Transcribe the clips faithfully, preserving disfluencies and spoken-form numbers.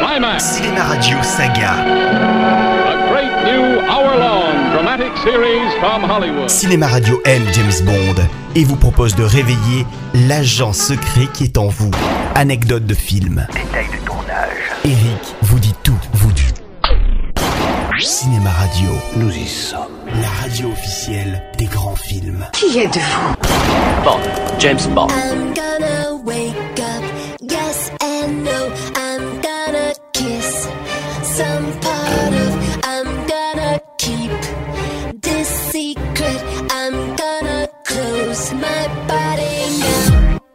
Climax. Cinéma Radio Saga. A great new hour-long dramatic series from Hollywood. Cinéma Radio aime James Bond et vous propose de réveiller l'agent secret qui est en vous. Anecdotes de film. Détails de tournage. Eric vous dit tout, vous dit. Cinéma Radio. Nous y sommes. La radio officielle des grands films. Qui êtes-vous? Bond, James Bond. I'm gonna wake up, yes and no. I'm gonna kiss some part of. I'm gonna keep this secret. I'm gonna close my body now.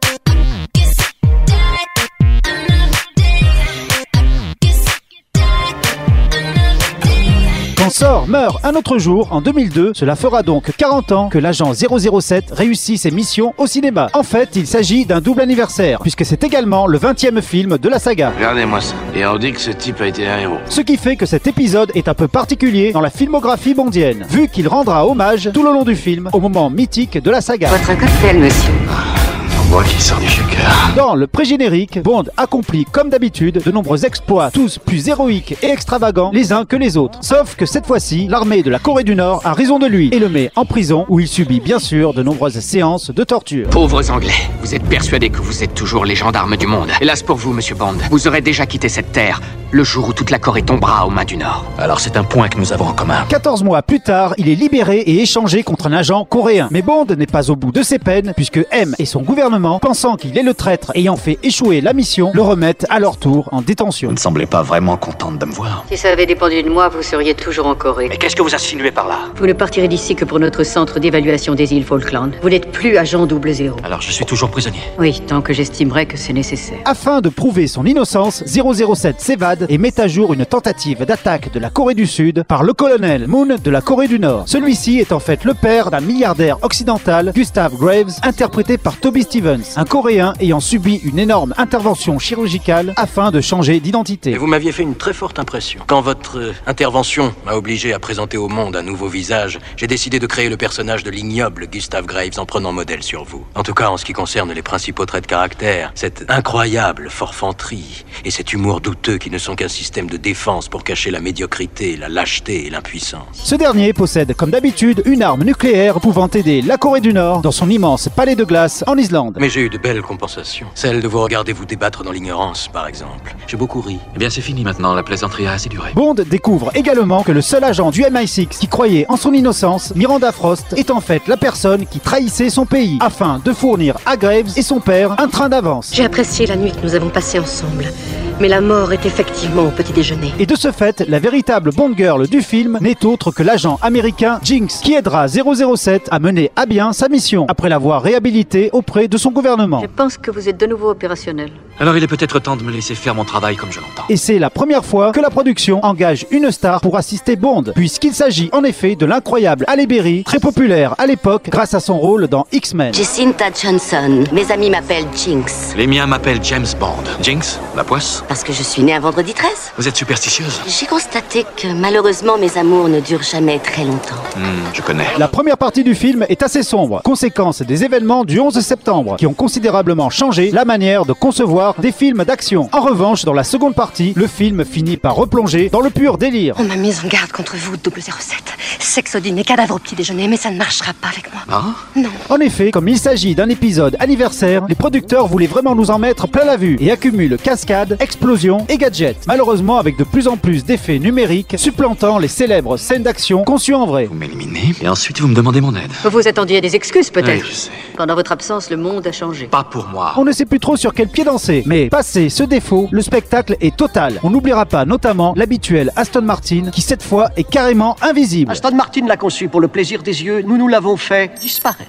Quand sort Meurt un autre jour en deux mille deux, cela fera donc quarante ans que l'agent zéro zéro sept réussit ses missions au cinéma. En fait, il s'agit d'un double anniversaire, puisque c'est également le vingtième film de la saga. Regardez-moi ça. Et on dit que ce type a été un héros. Ce qui fait que cet épisode est un peu particulier dans la filmographie bondienne, vu qu'il rendra hommage tout le long du film au moment mythique de la saga. Votre cocktail, monsieur. On voit qu'il sort du shaker. Dans le pré-générique, Bond accomplit comme d'habitude de nombreux exploits, tous plus héroïques et extravagants les uns que les autres. Sauf que cette fois-ci, l'armée de la Corée du Nord a raison de lui et le met en prison où il subit bien sûr de nombreuses séances de torture. Pauvres Anglais, vous êtes persuadés que vous êtes toujours les gendarmes du monde. Hélas pour vous, monsieur Bond, vous aurez déjà quitté cette terre le jour où toute la Corée tombera aux mains du Nord. Alors c'est un point que nous avons en commun. quatorze mois plus tard, il est libéré et échangé contre un agent coréen. Mais Bond n'est pas au bout de ses peines, puisque M et son gouvernement, pensant qu'il est le traître ayant fait échouer la mission, le remettent à leur tour en détention. Vous ne semblez pas vraiment contente de me voir. Si ça avait dépendu de moi, vous seriez toujours en Corée. Mais qu'est-ce que vous insinuez par là? Vous ne partirez d'ici que pour notre centre d'évaluation des îles Falkland. Vous n'êtes plus agent double zéro. Alors je suis toujours prisonnier. Oui, tant que j'estimerai que c'est nécessaire. Afin de prouver son innocence, zéro zéro sept s'évade et met à jour une tentative d'attaque de la Corée du Sud par le colonel Moon de la Corée du Nord. Celui-ci est en fait le père d'un milliardaire occidental, Gustav Graves, interprété par Toby Stevens, un Coréen ayant subi une énorme intervention chirurgicale afin de changer d'identité. Et vous m'aviez fait une très forte impression. Quand votre euh, intervention m'a obligé à présenter au monde un nouveau visage, j'ai décidé de créer le personnage de l'ignoble Gustav Graves en prenant modèle sur vous. En tout cas, en ce qui concerne les principaux traits de caractère, cette incroyable forfanterie et cet humour douteux qui ne sont qu'un système de défense pour cacher la médiocrité, la lâcheté et l'impuissance. Ce dernier possède comme d'habitude une arme nucléaire pouvant aider la Corée du Nord dans son immense palais de glace en Islande. Mais j'ai eu de belles compensations. Celle de vous regarder vous débattre dans l'ignorance, par exemple. J'ai beaucoup ri. Eh bien c'est fini maintenant, la plaisanterie a assez duré. Bond découvre également que le seul agent du M I six qui croyait en son innocence, Miranda Frost, est en fait la personne qui trahissait son pays afin de fournir à Graves et son père un train d'avance. J'ai apprécié la nuit que nous avons passée ensemble. Mais la mort est effectivement au petit déjeuner. Et de ce fait, la véritable Bond girl du film n'est autre que l'agent américain Jinx, qui aidera zéro zéro sept à mener à bien sa mission, après l'avoir réhabilité auprès de son gouvernement. Je pense que vous êtes de nouveau opérationnel. Alors il est peut-être temps de me laisser faire mon travail comme je l'entends. Et c'est la première fois que la production engage une star pour assister Bond, puisqu'il s'agit en effet de l'incroyable Halle Berry, très populaire à l'époque grâce à son rôle dans X-Men. Jacinta Johnson. Mes amis m'appellent Jinx. Les miens m'appellent James Bond. Jinx, la poisse? Parce que je suis née un vendredi treize. Vous êtes superstitieuse? J'ai constaté que malheureusement mes amours ne durent jamais très longtemps. Hmm, je connais. La première partie du film est assez sombre, conséquence des événements du onze septembre, qui ont considérablement changé la manière de concevoir des films d'action. En revanche, dans la seconde partie, le film finit par replonger dans le pur délire. On m'a mise en garde contre vous, double zéro sept. Sexe au dîner, cadavre au petit déjeuner, mais ça ne marchera pas avec moi. Ah? Non. En effet, comme il s'agit d'un épisode anniversaire, les producteurs voulaient vraiment nous en mettre plein la vue et accumulent cascades, explosions et gadgets. Malheureusement, avec de plus en plus d'effets numériques supplantant les célèbres scènes d'action conçues en vrai. Vous m'éliminez et ensuite vous me demandez mon aide. Vous vous attendiez à des excuses, peut-être? Oui, je sais. Pendant votre absence, le monde a changé. Pas pour moi. On ne sait plus trop sur quel pied danser, mais passé ce défaut, le spectacle est total. On n'oubliera pas notamment l'habituel Aston Martin qui cette fois est carrément invisible. Aston Martin l'a conçu pour le plaisir des yeux, nous nous l'avons fait disparaître.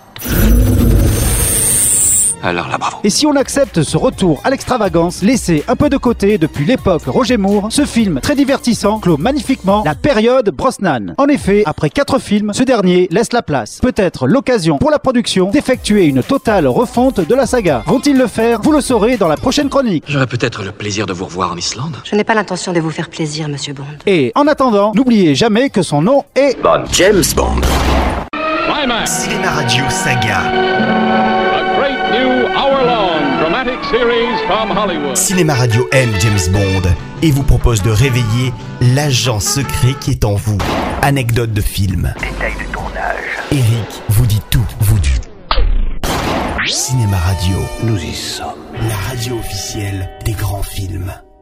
Alors là, bravo. Et si on accepte ce retour à l'extravagance, laissé un peu de côté depuis l'époque Roger Moore, ce film très divertissant clôt magnifiquement la période Brosnan. En effet, après quatre films, ce dernier laisse la place. Peut-être l'occasion pour la production d'effectuer une totale refonte de la saga. Vont-ils le faire? Vous le saurez dans la prochaine chronique. J'aurai peut-être le plaisir de vous revoir en Islande. Je n'ai pas l'intention de vous faire plaisir, monsieur Bond. Et en attendant, n'oubliez jamais que son nom est Bond. James Bond. Climax. Cinéma Radio Saga. A great new hour-long dramatic series from Hollywood. Cinéma Radio aime James Bond et vous propose de réveiller l'agent secret qui est en vous. Anecdote de film. Détail de tournage. Eric vous dit tout, vous dit. Cinéma Radio, Nous y sommes. la radio officielle des grands films.